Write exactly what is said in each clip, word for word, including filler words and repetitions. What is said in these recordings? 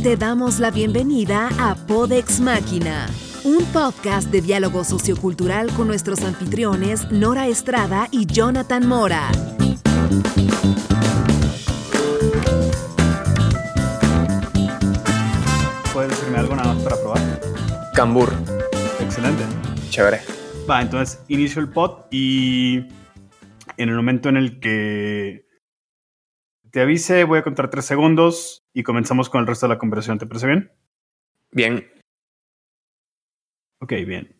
Te damos la bienvenida a Podex Máquina, un podcast de diálogo sociocultural con nuestros anfitriones Nora Estrada y Jonathan Mora. ¿Puedes decirme algo nada más para probar? Cambur. Excelente. Chévere. Va, entonces inicio el pod y en el momento en el que te avise voy a contar tres segundos y comenzamos con el resto de la conversación. ¿Te parece bien? Bien. Ok, bien.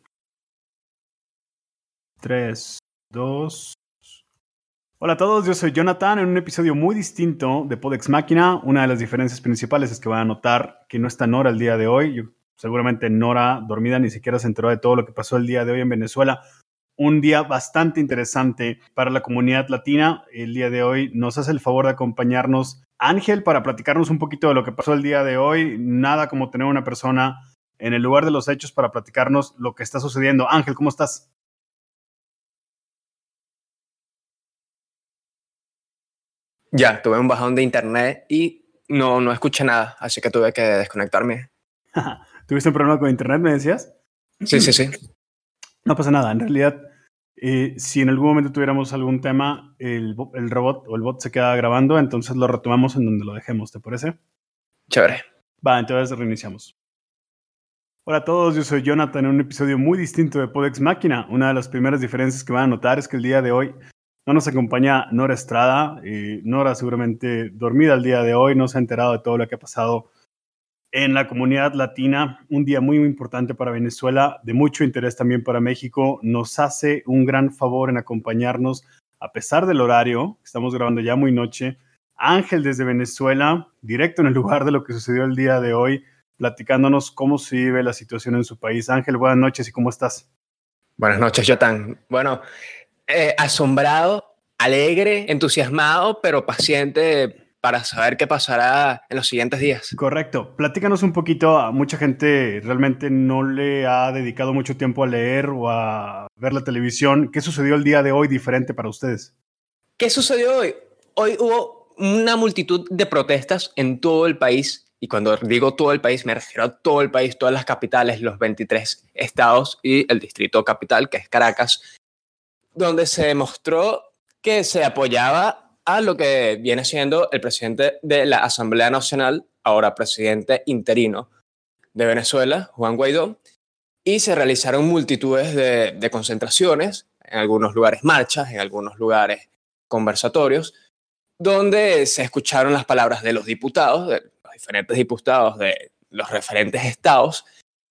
Tres, dos... Hola a todos, yo soy Jonathan en un episodio muy distinto de Podex Máquina. Una de las diferencias principales es que van a notar que no está Nora el día de hoy. Yo, seguramente Nora, dormida, ni siquiera se enteró de todo lo que pasó el día de hoy en Venezuela. Un día bastante interesante para la comunidad latina. El día de hoy nos hace el favor de acompañarnos Ángel para platicarnos un poquito de lo que pasó el día de hoy. Nada como tener una persona en el lugar de los hechos para platicarnos lo que está sucediendo. Ángel, ¿cómo estás? Ya, tuve un bajón de internet y no, no escuché nada, así que tuve que desconectarme. ¿Tuviste un problema con internet, me decías? Sí, sí, sí. No pasa nada. En realidad, eh, si en algún momento tuviéramos algún tema, el, el robot o el bot se queda grabando, entonces lo retomamos en donde lo dejemos, ¿te parece? Chévere. Va, entonces reiniciamos. Hola a todos, yo soy Jonathan en un episodio muy distinto de Podex Máquina. Una de las primeras diferencias que van a notar es que el día de hoy no nos acompaña Nora Estrada. Eh, Nora seguramente dormida el día de hoy, no se ha enterado de todo lo que ha pasado en la comunidad latina. Un día muy, muy importante para Venezuela, de mucho interés también para México. Nos hace un gran favor en acompañarnos, a pesar del horario, estamos grabando ya muy noche. Ángel desde Venezuela, directo en el lugar de lo que sucedió el día de hoy, platicándonos cómo se vive la situación en su país. Ángel, buenas noches y ¿cómo estás? Buenas noches, Jonathan. Bueno, eh, asombrado, alegre, entusiasmado, pero paciente para saber qué pasará en los siguientes días. Correcto. Platícanos un poquito. A mucha gente realmente no le ha dedicado mucho tiempo a leer o a ver la televisión. ¿Qué sucedió el día de hoy diferente para ustedes? ¿Qué sucedió hoy? Hoy hubo una multitud de protestas en todo el país. Y cuando digo todo el país, me refiero a todo el país, todas las capitales, los veintitrés estados y el distrito capital, que es Caracas, donde se demostró que se apoyaba a lo que viene siendo el presidente de la Asamblea Nacional, ahora presidente interino de Venezuela, Juan Guaidó, y se realizaron multitudes de, de concentraciones, en algunos lugares marchas, en algunos lugares conversatorios, donde se escucharon las palabras de los diputados, de los diferentes diputados de los referentes estados,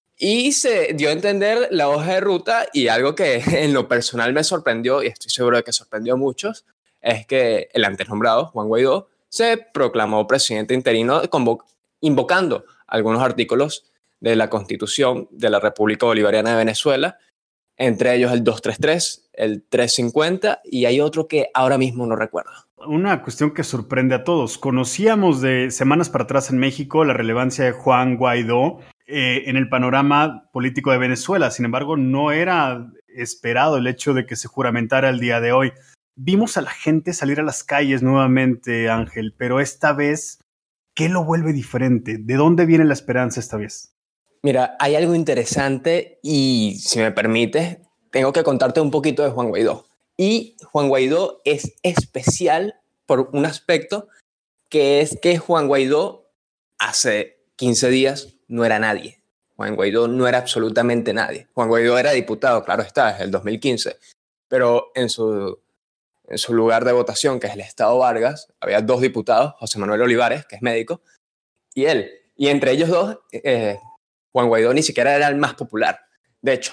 y se dio a entender la hoja de ruta. Y algo que en lo personal me sorprendió, y estoy seguro de que sorprendió a muchos, es que el antes nombrado, Juan Guaidó, se proclamó presidente interino invocando algunos artículos de la Constitución de la República Bolivariana de Venezuela, entre ellos el doscientos treinta y tres, el trescientos cincuenta, y hay otro que ahora mismo no recuerdo. Una cuestión que sorprende a todos. Conocíamos de semanas para atrás en México la relevancia de Juan Guaidó eh, en el panorama político de Venezuela. Sin embargo, no era esperado el hecho de que se juramentara el día de hoy. Vimos a la gente salir a las calles nuevamente, Ángel, pero esta vez, ¿qué lo vuelve diferente? ¿De dónde viene la esperanza esta vez? Mira, hay algo interesante y, si me permites, tengo que contarte un poquito de Juan Guaidó. Y Juan Guaidó es especial por un aspecto, que es que Juan Guaidó hace quince días no era nadie. Juan Guaidó no era absolutamente nadie. Juan Guaidó era diputado, claro está, es el dos mil quince, pero en su, en su lugar de votación, que es el Estado Vargas, había dos diputados, José Manuel Olivares, que es médico, y él. Y entre ellos dos, eh, Juan Guaidó ni siquiera era el más popular. De hecho,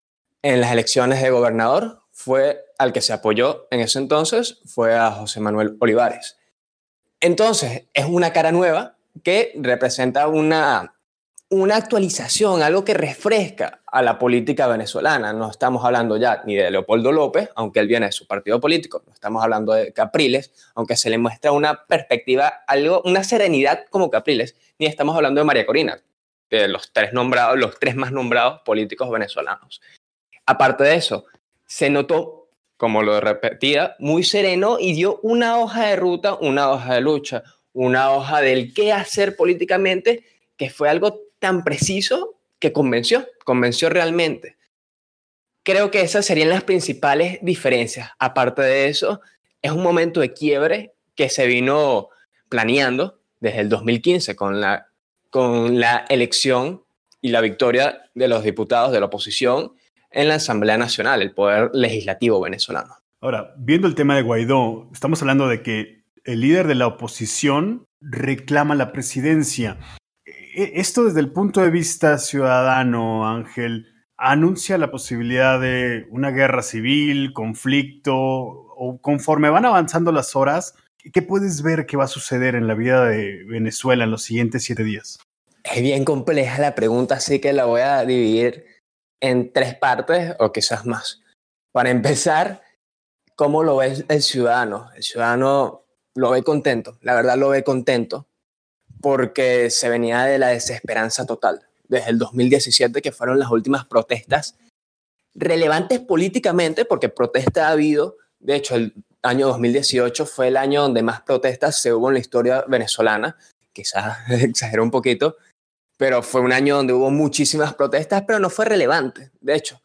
en las elecciones de gobernador fue al que se apoyó en ese entonces, fue a José Manuel Olivares. Entonces, es una cara nueva que representa una, una actualización, algo que refresca a la política venezolana. No estamos hablando ya ni de Leopoldo López, aunque él viene de su partido político, no estamos hablando de Capriles, aunque se le muestra una perspectiva, algo, una serenidad como Capriles, ni estamos hablando de María Corina, de los tres nombrados, los tres más nombrados políticos venezolanos. Aparte de eso, se notó, como lo repetía, muy sereno y dio una hoja de ruta, una hoja de lucha, una hoja del qué hacer políticamente que fue algo tan preciso que convenció, convenció realmente. Creo que esas serían las principales diferencias. Aparte de eso, es un momento de quiebre que se vino planeando desde el dos mil quince con la, con la elección y la victoria de los diputados de la oposición en la Asamblea Nacional, el poder legislativo venezolano. Ahora, viendo el tema de Guaidó, estamos hablando de que el líder de la oposición reclama la presidencia. Esto desde el punto de vista ciudadano, Ángel, anuncia la posibilidad de una guerra civil, conflicto, o conforme van avanzando las horas, ¿qué puedes ver que va a suceder en la vida de Venezuela en los siguientes siete días? Es bien compleja la pregunta, así que la voy a dividir en tres partes o quizás más. Para empezar, ¿cómo lo ve el ciudadano? El ciudadano lo ve contento, la verdad lo ve contento, porque se venía de la desesperanza total. Desde el dos mil diecisiete, que fueron las últimas protestas relevantes políticamente, porque protesta ha habido. De hecho, el año dos mil dieciocho fue el año donde más protestas se hubo en la historia venezolana. Quizás exagero un poquito, pero fue un año donde hubo muchísimas protestas, pero no fue relevante. De hecho,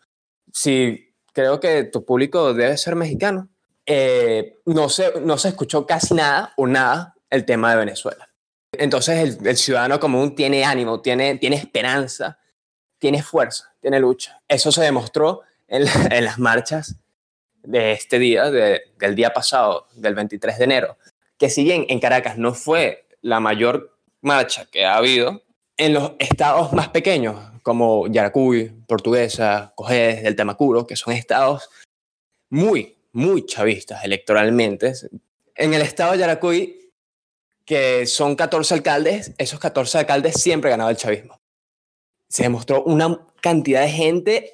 si creo que tu público debe ser mexicano, eh, no, se, no se escuchó casi nada o nada el tema de Venezuela. Entonces el, el ciudadano común tiene ánimo, tiene, tiene esperanza, tiene fuerza, tiene lucha. Eso se demostró en, la, en las marchas de este día, de, del día pasado, del veintitrés de enero, que si bien en Caracas no fue la mayor marcha que ha habido, en los estados más pequeños, como Yaracuy, Portuguesa, Cojedes, del Temacuro, que son estados muy, muy chavistas electoralmente. En el estado de Yaracuy, que son catorce alcaldes, esos catorce alcaldes siempre ganaba el chavismo. Se demostró una cantidad de gente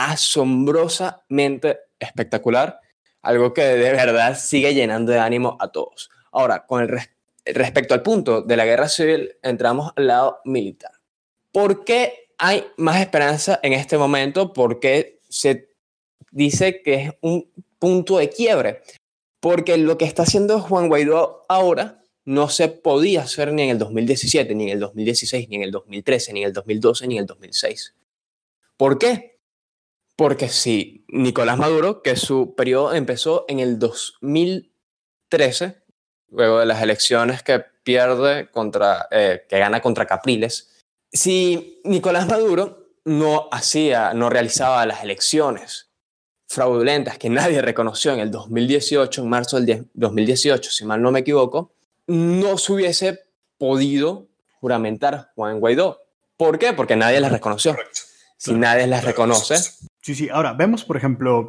asombrosamente espectacular, algo que de verdad sigue llenando de ánimo a todos. Ahora, con el res- respecto al punto de la guerra civil, entramos al lado militar. ¿Por qué hay más esperanza en este momento? ¿Por qué se dice que es un punto de quiebre? Porque lo que está haciendo Juan Guaidó ahora no se podía hacer ni en el dos mil diecisiete, ni en el dos mil dieciséis, ni en el dos mil trece, ni en el dos mil doce, ni en el dos mil seis. ¿Por qué? Porque si Nicolás Maduro, que su periodo empezó en el dos mil trece, luego de las elecciones que pierde contra, eh, que gana contra Capriles, si Nicolás Maduro no hacía, no realizaba las elecciones fraudulentas que nadie reconoció en el dos mil dieciocho, en marzo del dos mil dieciocho, si mal no me equivoco, no se hubiese podido juramentar Juan Guaidó. ¿Por qué? Porque nadie las reconoció. Correcto. Si claro, nadie las claro, reconoce... Sí, sí. Ahora, vemos, por ejemplo,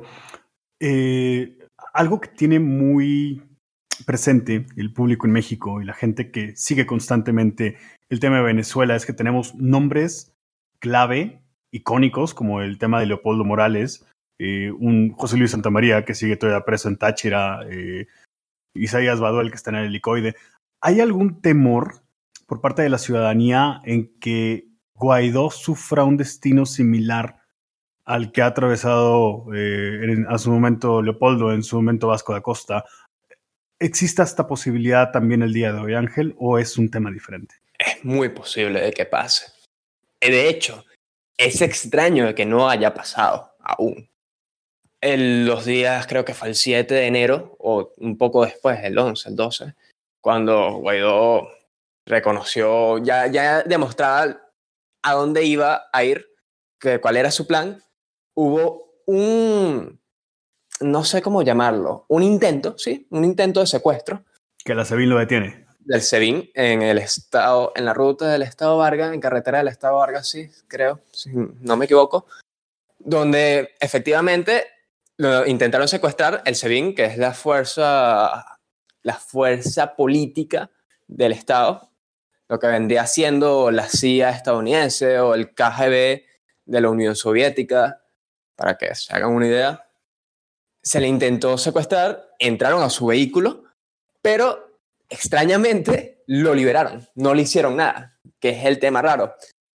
eh, algo que tiene muy presente el público en México y la gente que sigue constantemente el tema de Venezuela es que tenemos nombres clave, icónicos, como el tema de Leopoldo Morales, eh, un José Luis Santamaría que sigue todavía preso en Táchira, eh, Isaías Baduel que está en el helicoide. ¿Hay algún temor por parte de la ciudadanía en que Guaidó sufra un destino similar al que ha atravesado eh, en, a su momento Leopoldo, en su momento Vasco da Costa? ¿Existe esta posibilidad también el día de hoy, Ángel, o es un tema diferente? Es muy posible de que pase. De hecho, es extraño de que no haya pasado aún. En los días, creo que fue el siete de enero, o un poco después, el once, el doce, cuando Guaidó reconoció, ya, ya demostraba a dónde iba a ir, que, cuál era su plan, hubo un, no sé cómo llamarlo, un intento, ¿sí? Un intento de secuestro. Que la SEBIN lo detiene. Del SEBIN en el estado, en la ruta del estado Vargas, en carretera del estado Vargas, sí, creo, si no me equivoco, donde efectivamente lo intentaron secuestrar el SEBIN, que es la fuerza, la fuerza política del estado, lo que vendría siendo la C I A estadounidense o el K G B de la Unión Soviética, para que se hagan una idea. Se le intentó secuestrar, entraron a su vehículo, pero extrañamente lo liberaron, no le hicieron nada, que es el tema raro.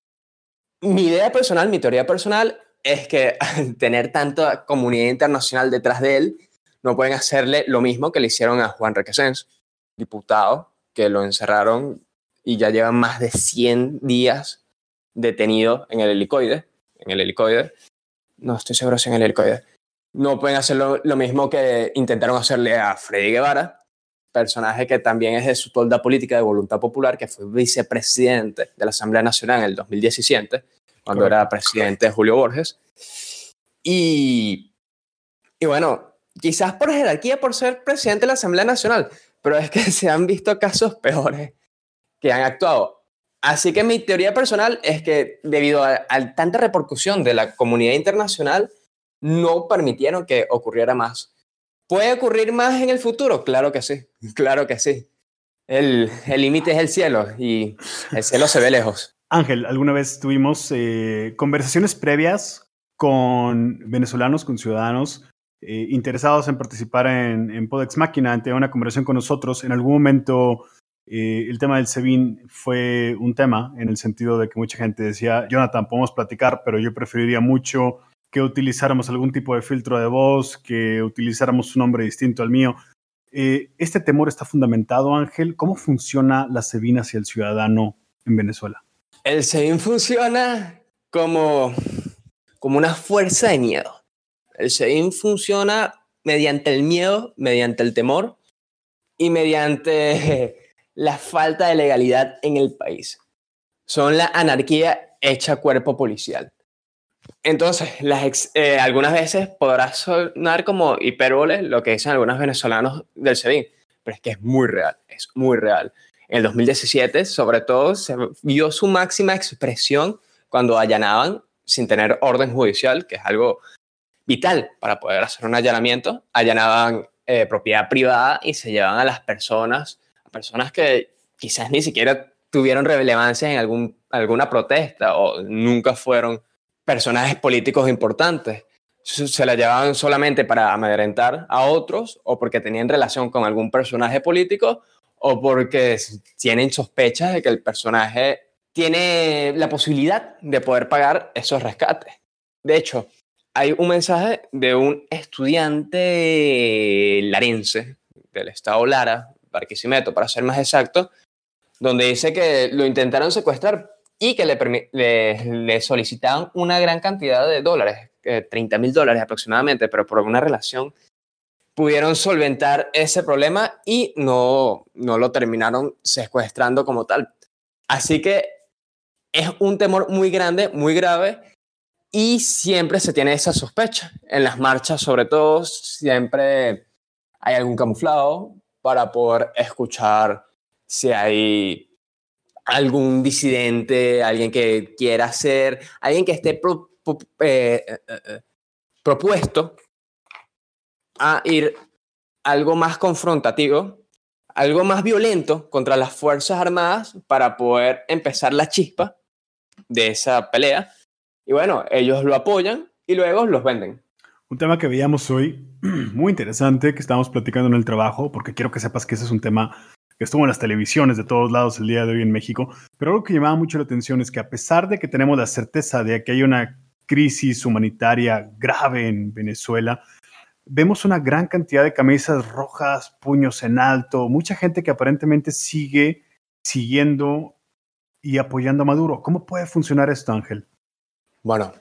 Mi idea personal, mi teoría personal, es que al tener tanta comunidad internacional detrás de él, no pueden hacerle lo mismo que le hicieron a Juan Requesens, diputado, que lo encerraron y ya llevan más de cien días detenidos en el helicoide. En el helicoide. No estoy seguro si en el helicoide. No pueden hacer lo, lo mismo que intentaron hacerle a Freddy Guevara, personaje que también es de su tolda política de Voluntad Popular, que fue vicepresidente de la Asamblea Nacional en el dos mil diecisiete, cuando Correcto. Era presidente Julio Borges. Y, y bueno, quizás por jerarquía, por ser presidente de la Asamblea Nacional, pero es que se han visto casos peores que han actuado. Así que mi teoría personal es que debido a, a tanta repercusión de la comunidad internacional, no permitieron que ocurriera más. ¿Puede ocurrir más en el futuro? Claro que sí, claro que sí. El límite es el cielo y el cielo se ve lejos. Ángel, alguna vez tuvimos eh, conversaciones previas con venezolanos, con ciudadanos eh, interesados en participar en, en Podex Máquina, ante una conversación con nosotros. En algún momento eh, el tema del SEBIN fue un tema, en el sentido de que mucha gente decía, Jonathan, podemos platicar, pero yo preferiría mucho que utilizáramos algún tipo de filtro de voz, que utilizáramos un nombre distinto al mío. Eh, ¿Este temor está fundamentado, Ángel? ¿Cómo funciona la SEBIN hacia el ciudadano en Venezuela? El SEBIN funciona como, como una fuerza de miedo. El SEBIN funciona mediante el miedo, mediante el temor y mediante la falta de legalidad en el país. Son la anarquía hecha cuerpo policial. Entonces, las ex, eh, algunas veces podrá sonar como hipérbole lo que dicen algunos venezolanos del SEBIN, pero es que es muy real, es muy real. En el dos mil diecisiete, sobre todo, se vio su máxima expresión cuando allanaban sin tener orden judicial, que es algo vital para poder hacer un allanamiento. Allanaban eh, propiedad privada y se llevaban a las personas, a personas que quizás ni siquiera tuvieron relevancia en algún, alguna protesta o nunca fueron personajes políticos importantes. Se la llevaban solamente para amedrentar a otros o porque tenían relación con algún personaje político o porque tienen sospechas de que el personaje tiene la posibilidad de poder pagar esos rescates. De hecho, hay un mensaje de un estudiante larense del estado Lara, Barquisimeto, para ser más exacto, donde dice que lo intentaron secuestrar y que le, le, le solicitaban una gran cantidad de dólares, eh, treinta mil dólares aproximadamente, pero por una relación pudieron solventar ese problema y no, no lo terminaron secuestrando como tal. Así que es un temor muy grande, muy grave, y siempre se tiene esa sospecha. En las marchas, sobre todo, siempre hay algún camuflado para poder escuchar si hay algún disidente, alguien que quiera hacer, alguien que esté pro, pro, eh, eh, eh, propuesto a ir algo más confrontativo, algo más violento contra las Fuerzas Armadas para poder empezar la chispa de esa pelea. Y bueno, ellos lo apoyan y luego los venden. Un tema que veíamos hoy, muy interesante, que estábamos platicando en el trabajo, porque quiero que sepas que ese es un tema que estuvo en las televisiones de todos lados el día de hoy en México, pero algo que llamaba mucho la atención es que a pesar de que tenemos la certeza de que hay una crisis humanitaria grave en Venezuela, vemos una gran cantidad de camisas rojas, puños en alto, mucha gente que aparentemente sigue siguiendo y apoyando a Maduro. ¿Cómo puede funcionar esto, Ángel? Bueno,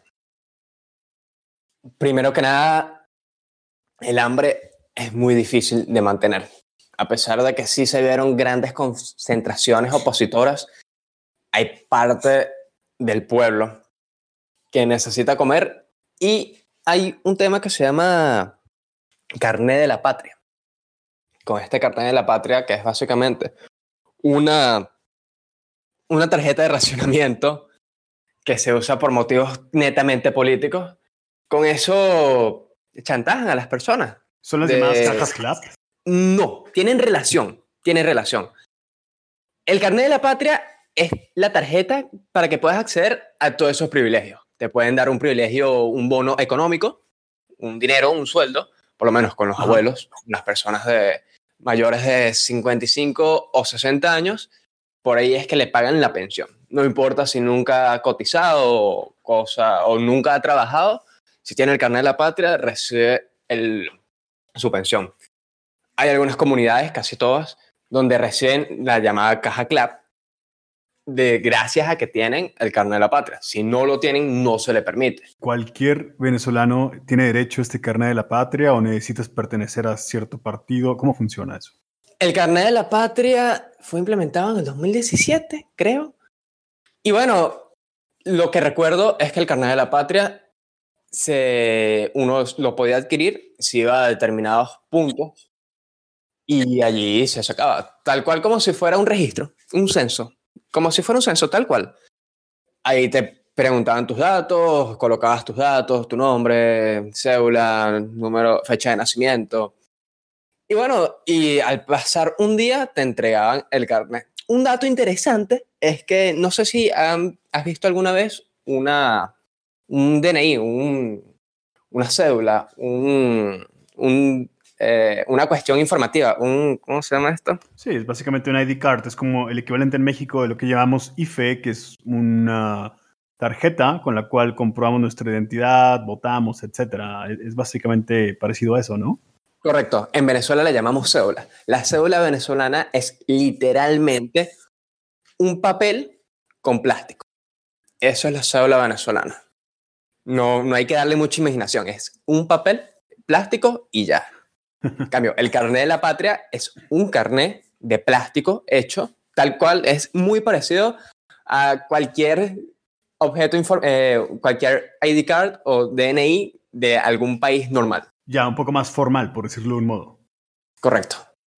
primero que nada, el hambre es muy difícil de mantener. A pesar de que sí se vieron grandes concentraciones opositoras, hay parte del pueblo que necesita comer y hay un tema que se llama carnet de la patria. Con este carnet de la patria, que es básicamente una, una tarjeta de racionamiento que se usa por motivos netamente políticos, con eso chantajan a las personas. ¿Son las de... llamadas cajas C L A P? No, tienen relación, tienen relación. El carnet de la patria es la tarjeta para que puedas acceder a todos esos privilegios. Te pueden dar un privilegio, un bono económico, un dinero, un sueldo, por lo menos con los Ajá. abuelos, las personas de mayores de cincuenta y cinco o sesenta años, por ahí es que le pagan la pensión. No importa si nunca ha cotizado o, cosa, o nunca ha trabajado, si tiene el carnet de la patria, recibe el, su pensión. Hay algunas comunidades, casi todas, donde reciben la llamada caja C L A P, de gracias a que tienen el carnet de la patria. Si no lo tienen, no se le permite. ¿Cualquier venezolano tiene derecho a este carnet de la patria o necesitas pertenecer a cierto partido? ¿Cómo funciona eso? El carnet de la patria fue implementado en el dos mil diecisiete, creo. Y bueno, lo que recuerdo es que el carnet de la patria se, uno lo podía adquirir si iba a determinados puntos y allí se sacaba, tal cual como si fuera un registro, un censo, como si fuera un censo tal cual. Ahí te preguntaban tus datos, colocabas tus datos, tu nombre, cédula, número, fecha de nacimiento. Y bueno, y al pasar un día te entregaban el carnet. Un dato interesante es que no sé si han, has visto alguna vez una, un D N I, un, una cédula, un, un, eh, una cuestión informativa. Un, ¿cómo se llama esto? Sí, es básicamente un I D card. Es como el equivalente en México de lo que llamamos I F E, que es una tarjeta con la cual comprobamos nuestra identidad, votamos, etcétera. Es básicamente parecido a eso, ¿no? Correcto. En Venezuela le llamamos cédula. La cédula venezolana es literalmente un papel con plástico. Eso es la cédula venezolana. No, no hay que darle mucha imaginación. Es un papel, plástico y ya. En cambio, el carnet de la patria es un carnet de plástico hecho tal cual. Es muy parecido a cualquier objeto, eh, cualquier I D card o D N I de algún país normal. Ya, un poco más formal, por decirlo de un modo. Correcto.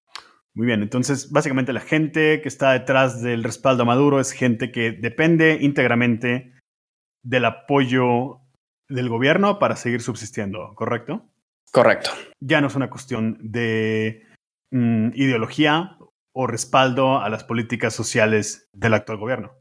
Muy bien, entonces básicamente la gente que está detrás del respaldo a Maduro es gente que depende íntegramente del apoyo del gobierno para seguir subsistiendo, ¿correcto? Correcto. Ya no es una cuestión de mm, ideología o respaldo a las políticas sociales del actual gobierno.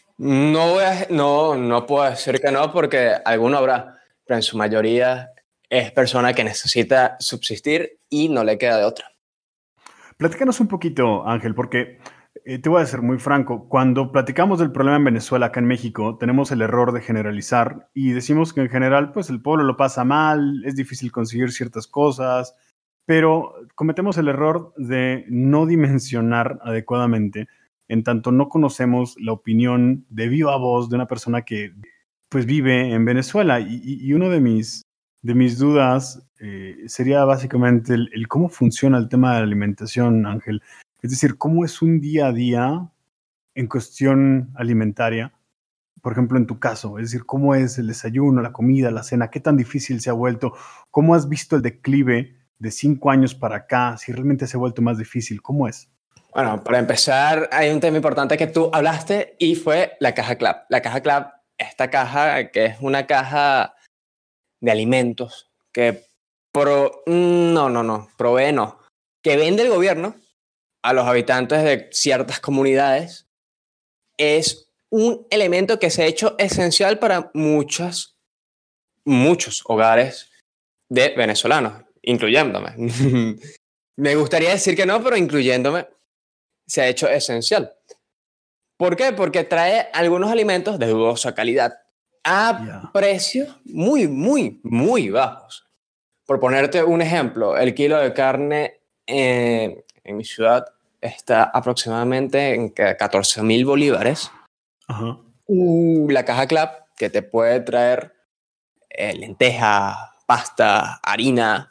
No, voy a, no, no puedo decir que no porque alguno habrá, pero en su mayoría es persona que necesita subsistir y no le queda de otra. Platícanos un poquito, Ángel, porque eh, te voy a ser muy franco. Cuando platicamos del problema en Venezuela, acá en México, tenemos el error de generalizar y decimos que en general, pues el pueblo lo pasa mal, es difícil conseguir ciertas cosas, pero cometemos el error de no dimensionar adecuadamente, en tanto no conocemos la opinión de viva voz de una persona que pues vive en Venezuela. Y, y, y uno de mis De mis dudas eh, sería básicamente el, el cómo funciona el tema de la alimentación, Ángel. Es decir, cómo es un día a día en cuestión alimentaria, por ejemplo, en tu caso. Es decir, cómo es el desayuno, la comida, la cena, qué tan difícil se ha vuelto, cómo has visto el declive de cinco años para acá, si realmente se ha vuelto más difícil, ¿cómo es? Bueno, para empezar, hay un tema importante que tú hablaste y fue la caja CLAP. La caja CLAP, esta caja que es una caja de alimentos que pro, no, no, no, provee no, que vende el gobierno a los habitantes de ciertas comunidades, es un elemento que se ha hecho esencial para muchas, muchos hogares de venezolanos, incluyéndome. Me gustaría decir que no, pero incluyéndome, se ha hecho esencial. ¿Por qué? Porque trae algunos alimentos de dudosa calidad a yeah. precios muy, muy, muy bajos. Por ponerte un ejemplo, el kilo de carne eh, en mi ciudad está aproximadamente en catorce mil bolívares. Uh-huh. Uh, la caja CLAP, que te puede traer eh, lenteja, pasta, harina,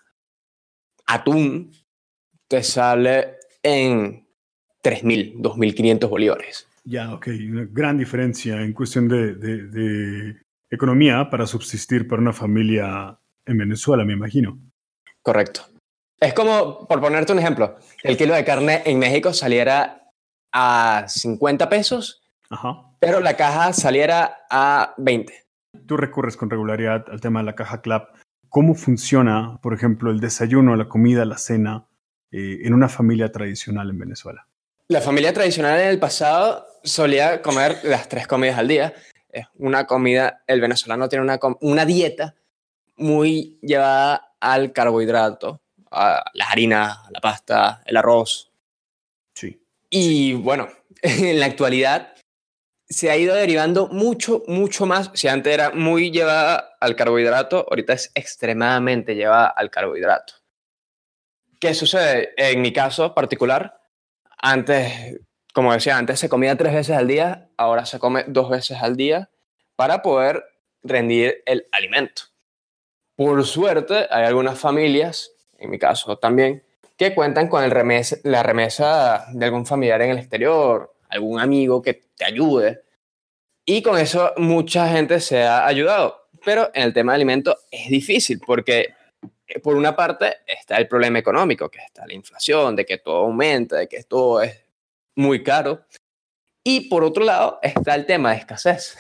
atún, te sale en tres mil, dos mil quinientos bolívares. Ya, ok. Una gran diferencia en cuestión de, de, de economía para subsistir para una familia en Venezuela, me imagino. Correcto. Es como, por ponerte un ejemplo, el kilo de carne en México saliera a cincuenta pesos, Ajá. pero la caja saliera a veinte. Tú recurres con regularidad al tema de la caja CLAP. ¿Cómo funciona, por ejemplo, el desayuno, la comida, la cena eh, en una familia tradicional en Venezuela? La familia tradicional en el pasado solía comer las tres comidas al día. Es una comida, el venezolano tiene una, una dieta muy llevada al carbohidrato, a las harinas, la pasta, el arroz. Sí. Y bueno, en la actualidad se ha ido derivando mucho, mucho más. Si antes era muy llevada al carbohidrato, ahorita es extremadamente llevada al carbohidrato. ¿Qué sucede? En mi caso particular, antes como decía antes, se comía tres veces al día, ahora se come dos veces al día para poder rendir el alimento. Por suerte, hay algunas familias, en mi caso también, que cuentan con el remes- la remesa de algún familiar en el exterior, algún amigo que te ayude. Y con eso mucha gente se ha ayudado. Pero en el tema de alimentos es difícil porque, por una parte, está el problema económico, que está la inflación, de que todo aumenta, de que todo es muy caro. Y por otro lado, está el tema de escasez.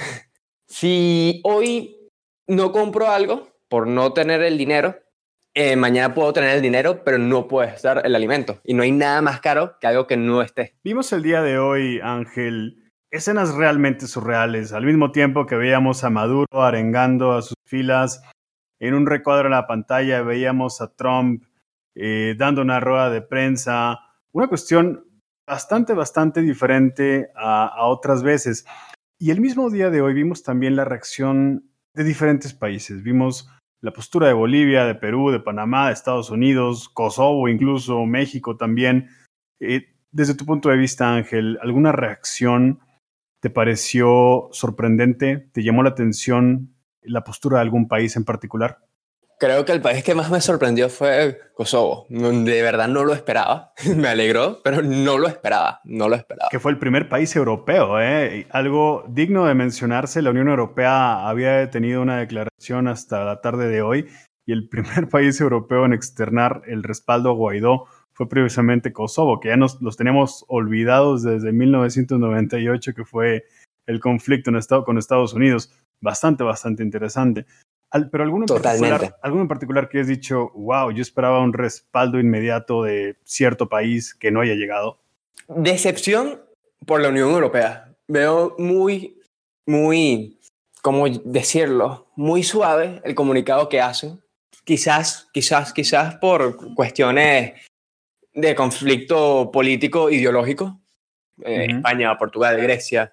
Si hoy no compro algo por no tener el dinero, eh, mañana puedo tener el dinero, pero no puede estar el alimento. Y no hay nada más caro que algo que no esté. Vimos el día de hoy, Ángel, escenas realmente surreales. Al mismo tiempo que veíamos a Maduro arengando a sus filas, en un recuadro en la pantalla veíamos a Trump eh, dando una rueda de prensa. Una cuestión bastante, bastante diferente a, a otras veces. Y el mismo día de hoy vimos también la reacción de diferentes países. Vimos la postura de Bolivia, de Perú, de Panamá, de Estados Unidos, Kosovo, incluso México también. Eh, desde tu punto de vista, Ángel, ¿alguna reacción te pareció sorprendente? ¿Te llamó la atención la postura de algún país en particular? Creo que el país que más me sorprendió fue Kosovo. De verdad no lo esperaba. Me alegró, pero no lo esperaba. No lo esperaba. Que fue el primer país europeo, ¿eh? Algo digno de mencionarse. La Unión Europea había tenido una declaración hasta la tarde de hoy y el primer país europeo en externar el respaldo a Guaidó fue precisamente Kosovo, que ya nos los tenemos olvidados desde mil novecientos noventa y ocho, que fue el conflicto en estado, con Estados Unidos. Bastante, bastante interesante. Al, pero alguno en, particular, alguno en particular que has dicho, wow, yo esperaba un respaldo inmediato de cierto país que no haya llegado. Decepción por la Unión Europea. Veo muy, muy, ¿cómo decirlo? Muy suave el comunicado que hacen. Quizás, quizás, quizás por cuestiones de conflicto político ideológico. Eh, uh-huh. España, Portugal, Grecia.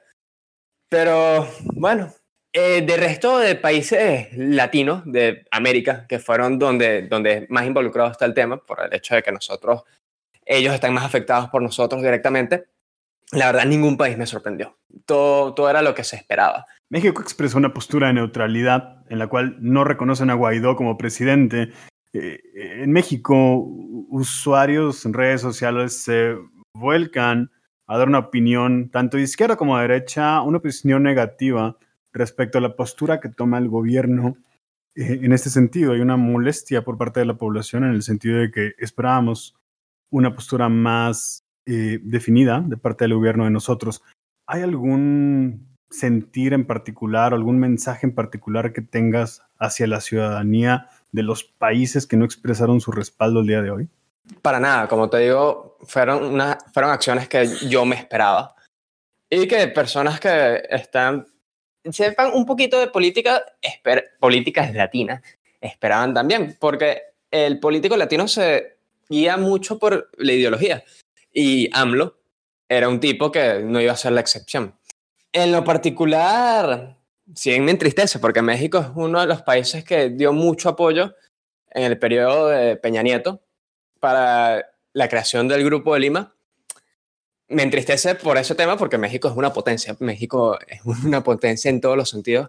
Pero, bueno, eh, de resto de países latinos de América, que fueron donde, donde más involucrado está el tema, por el hecho de que nosotros, ellos están más afectados por nosotros directamente, la verdad ningún país me sorprendió. Todo, todo era lo que se esperaba. México expresó una postura de neutralidad en la cual no reconocen a Guaidó como presidente. Eh, en México, usuarios en redes sociales se vuelcan a dar una opinión, tanto de izquierda como de derecha, una opinión negativa respecto a la postura que toma el gobierno. Eh, en este sentido, hay una molestia por parte de la población en el sentido de que esperábamos una postura más eh, definida de parte del gobierno de nosotros. ¿Hay algún sentir en particular, algún mensaje en particular que tengas hacia la ciudadanía de los países que no expresaron su respaldo el día de hoy? Para nada, como te digo, fueron, una, fueron acciones que yo me esperaba. Y que personas que están, sepan un poquito de política, esper, políticas latinas, esperaban también, porque el político latino se guía mucho por la ideología. Y AMLO era un tipo que no iba a ser la excepción. En lo particular, sí me entristece, porque México es uno de los países que dio mucho apoyo en el periodo de Peña Nieto para la creación del Grupo de Lima. Me entristece por ese tema porque México es una potencia. México es una potencia en todos los sentidos.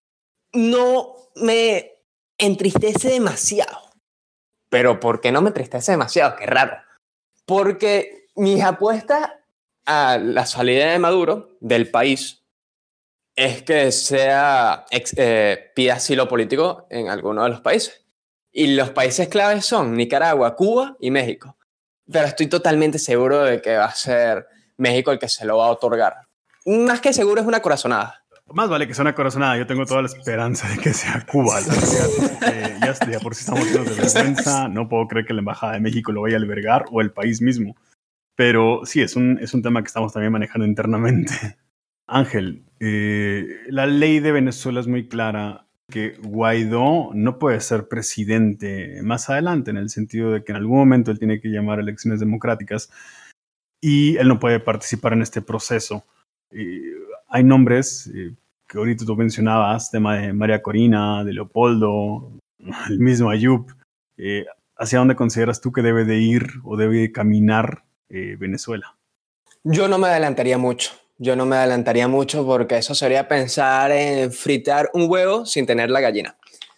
No me entristece demasiado. Pero ¿por qué no me entristece demasiado? Qué raro. Porque mis apuestas a la salida de Maduro del país es que sea ex, eh, pida asilo político en alguno de los países. Y los países claves son Nicaragua, Cuba y México. Pero estoy totalmente seguro de que va a ser México el que se lo va a otorgar. Más que seguro es una corazonada. Más vale que sea una corazonada. Yo tengo toda la esperanza de que sea Cuba. La realidad, eh, ya, ya por si estamos llenos de vergüenza. No puedo creer que la Embajada de México lo vaya a albergar o el país mismo. Pero sí, es un, es un tema que estamos también manejando internamente. Ángel, eh, la ley de Venezuela es muy clara que Guaidó no puede ser presidente más adelante, en el sentido de que en algún momento él tiene que llamar a elecciones democráticas y él no puede participar en este proceso. Eh, hay nombres eh, que ahorita tú mencionabas, tema de María Corina, de Leopoldo, el mismo Ayub. Eh, ¿Hacia dónde consideras tú que debe de ir o debe de caminar eh, Venezuela? Yo no me adelantaría mucho. Yo no me adelantaría mucho porque eso sería pensar en fritar un huevo sin tener la gallina.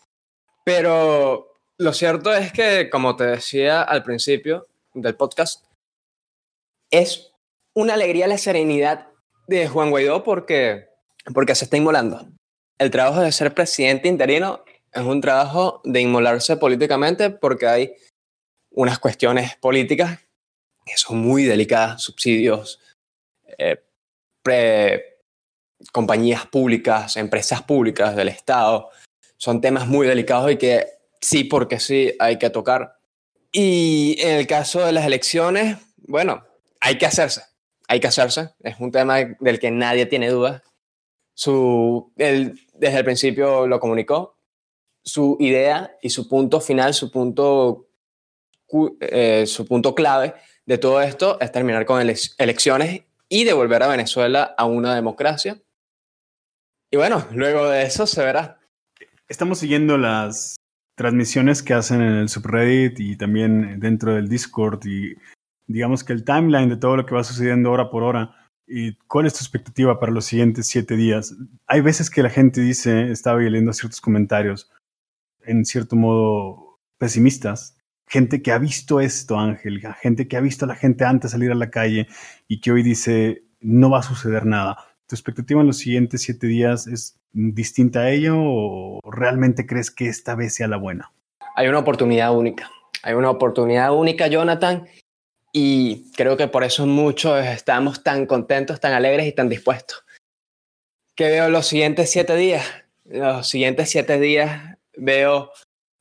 Pero lo cierto es que, como te decía al principio del podcast, es una alegría la serenidad de Juan Guaidó porque, porque se está inmolando. El trabajo de ser presidente interino es un trabajo de inmolarse políticamente porque hay unas cuestiones políticas que son muy delicadas, subsidios, eh, pre, compañías públicas, empresas públicas del Estado, son temas muy delicados y que sí porque sí hay que tocar. Y en el caso de las elecciones, bueno, hay que hacerse, hay que hacerse, es un tema del que nadie tiene dudas. Su, él desde el principio lo comunicó, su idea y su punto final, su punto, eh, su punto clave de todo esto es terminar con ele- elecciones y devolver a Venezuela a una democracia. Y bueno, luego de eso se verá. Estamos siguiendo las transmisiones que hacen en el subreddit y también dentro del Discord y digamos que el timeline de todo lo que va sucediendo hora por hora. ¿Y cuál es tu expectativa para los siguientes siete días? Hay veces que la gente dice, estaba leyendo ciertos comentarios, en cierto modo pesimistas, gente que ha visto esto, Ángel, gente que ha visto a la gente antes salir a la calle y que hoy dice, no va a suceder nada. ¿Tu expectativa en los siguientes siete días es distinta a ello o realmente crees que esta vez sea la buena? Hay una oportunidad única, hay una oportunidad única, Jonathan, y creo que por eso muchos estamos tan contentos, tan alegres y tan dispuestos. ¿Qué veo los siguientes siete días? Los siguientes siete días veo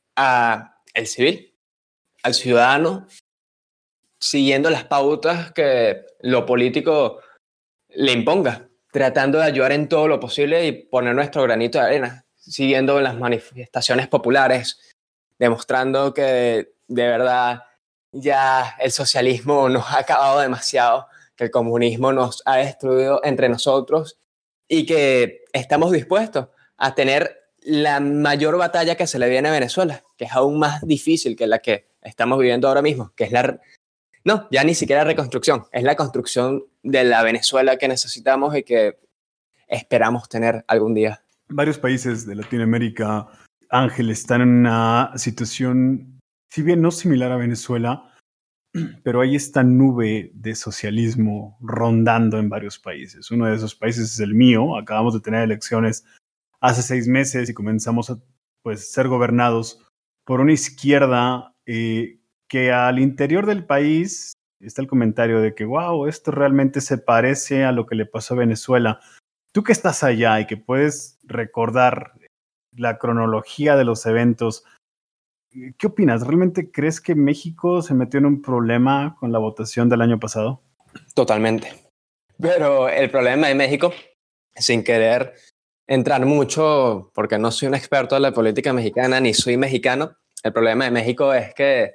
a el civil, al ciudadano, siguiendo las pautas que lo político le imponga, tratando de ayudar en todo lo posible y poner nuestro granito de arena, siguiendo las manifestaciones populares, demostrando que de verdad ya el socialismo nos ha acabado demasiado, que el comunismo nos ha destruido entre nosotros y que estamos dispuestos a tener la mayor batalla que se le viene a Venezuela, que es aún más difícil que la que estamos viviendo ahora mismo, que es la... No, ya ni siquiera reconstrucción, es la construcción de la Venezuela que necesitamos y que esperamos tener algún día. Varios países de Latinoamérica, Ángel, están en una situación, si bien no similar a Venezuela, pero hay esta nube de socialismo rondando en varios países. Uno de esos países es el mío. Acabamos de tener elecciones hace seis meses y comenzamos a pues, ser gobernados por una izquierda eh, que al interior del país está el comentario de que, wow, esto realmente se parece a lo que le pasó a Venezuela. Tú que estás allá y que puedes recordar la cronología de los eventos, ¿qué opinas? ¿Realmente crees que México se metió en un problema con la votación del año pasado? Totalmente. Pero el problema de México, sin querer entrar mucho, porque no soy un experto en la política mexicana, ni soy mexicano, el problema de México es que,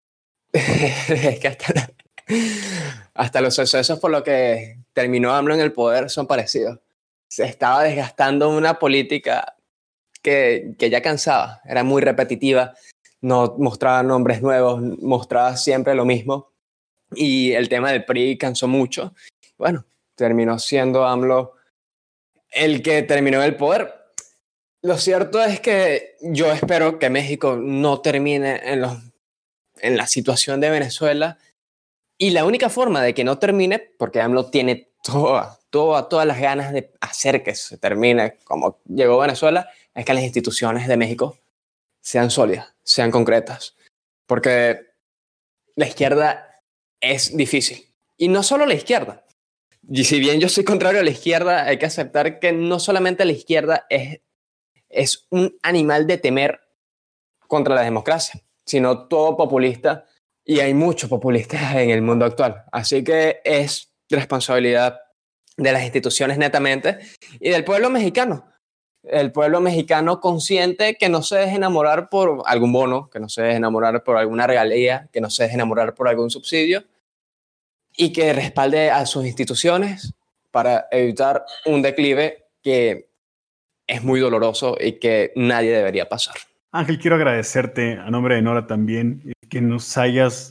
es que hasta, hasta los sucesos por lo que terminó AMLO en el poder son parecidos. Se estaba desgastando una política que, que ya cansaba, era muy repetitiva, no mostraba nombres nuevos, mostraba siempre lo mismo y el tema del P R I cansó mucho. Bueno, terminó siendo AMLO el que terminó el poder. Lo cierto es que yo espero que México no termine en, los, en la situación de Venezuela y la única forma de que no termine, porque AMLO tiene toda, toda, todas las ganas de hacer que se termine como llegó Venezuela, es que las instituciones de México sean sólidas, sean concretas, porque la izquierda es difícil. Y no solo la izquierda. Y si bien yo soy contrario a la izquierda, hay que aceptar que no solamente la izquierda es, es un animal de temer contra la democracia, sino todo populista, y hay muchos populistas en el mundo actual. Así que es responsabilidad de las instituciones netamente y del pueblo mexicano. El pueblo mexicano consciente que no se deje enamorar por algún bono, que no se deje enamorar por alguna regalía, que no se deje enamorar por algún subsidio y que respalde a sus instituciones para evitar un declive que es muy doloroso y que nadie debería pasar. Ángel, quiero agradecerte a nombre de Nora también que nos hayas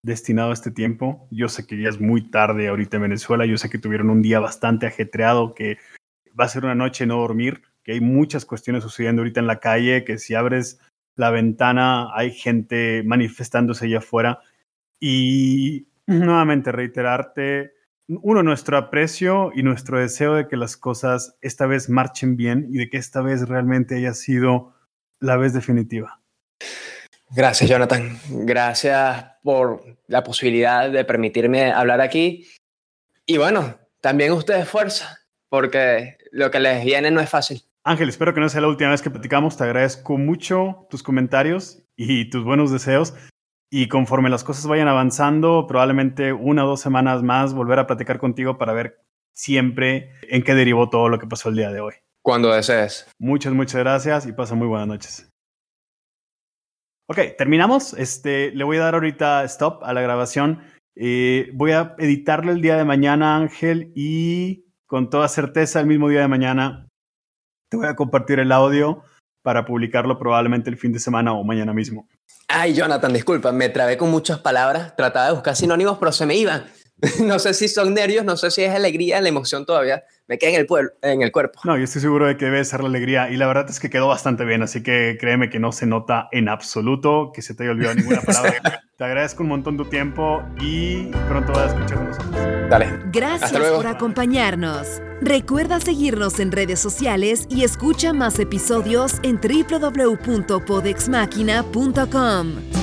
destinado a este tiempo. Yo sé que ya es muy tarde ahorita en Venezuela, yo sé que tuvieron un día bastante ajetreado, que va a ser una noche no dormir, que hay muchas cuestiones sucediendo ahorita en la calle, que si abres la ventana hay gente manifestándose allá afuera. Y nuevamente reiterarte, uno, nuestro aprecio y nuestro deseo de que las cosas esta vez marchen bien y de que esta vez realmente haya sido la vez definitiva. Gracias, Jonathan. Gracias por la posibilidad de permitirme hablar aquí. Y bueno, también ustedes fuerza, porque lo que les viene no es fácil. Ángel, espero que no sea la última vez que platicamos. Te agradezco mucho tus comentarios y tus buenos deseos. Y conforme las cosas vayan avanzando, probablemente una o dos semanas más, volver a platicar contigo para ver siempre en qué derivó todo lo que pasó el día de hoy. Cuando desees. Muchas, muchas gracias y pasa muy buenas noches. Ok, terminamos. Este, le voy a dar ahorita stop a la grabación. Eh, voy a editarlo el día de mañana, Ángel, y con toda certeza el mismo día de mañana te voy a compartir el audio para publicarlo probablemente el fin de semana o mañana mismo. Ay, Jonathan, disculpa, me trabé con muchas palabras, trataba de buscar sinónimos, pero se me iban. No sé si son nervios, no sé si es alegría, la emoción todavía me queda en el, pueblo, en el cuerpo. No, yo estoy seguro de que debe ser la alegría y la verdad es que quedó bastante bien, así que créeme que no se nota en absoluto que se te haya olvidado ninguna palabra. Te agradezco un montón tu tiempo y pronto vas a escuchar de nosotros. Dale. Gracias por acompañarnos. Recuerda seguirnos en redes sociales y escucha más episodios en doble u doble u doble u punto podex máquina punto com.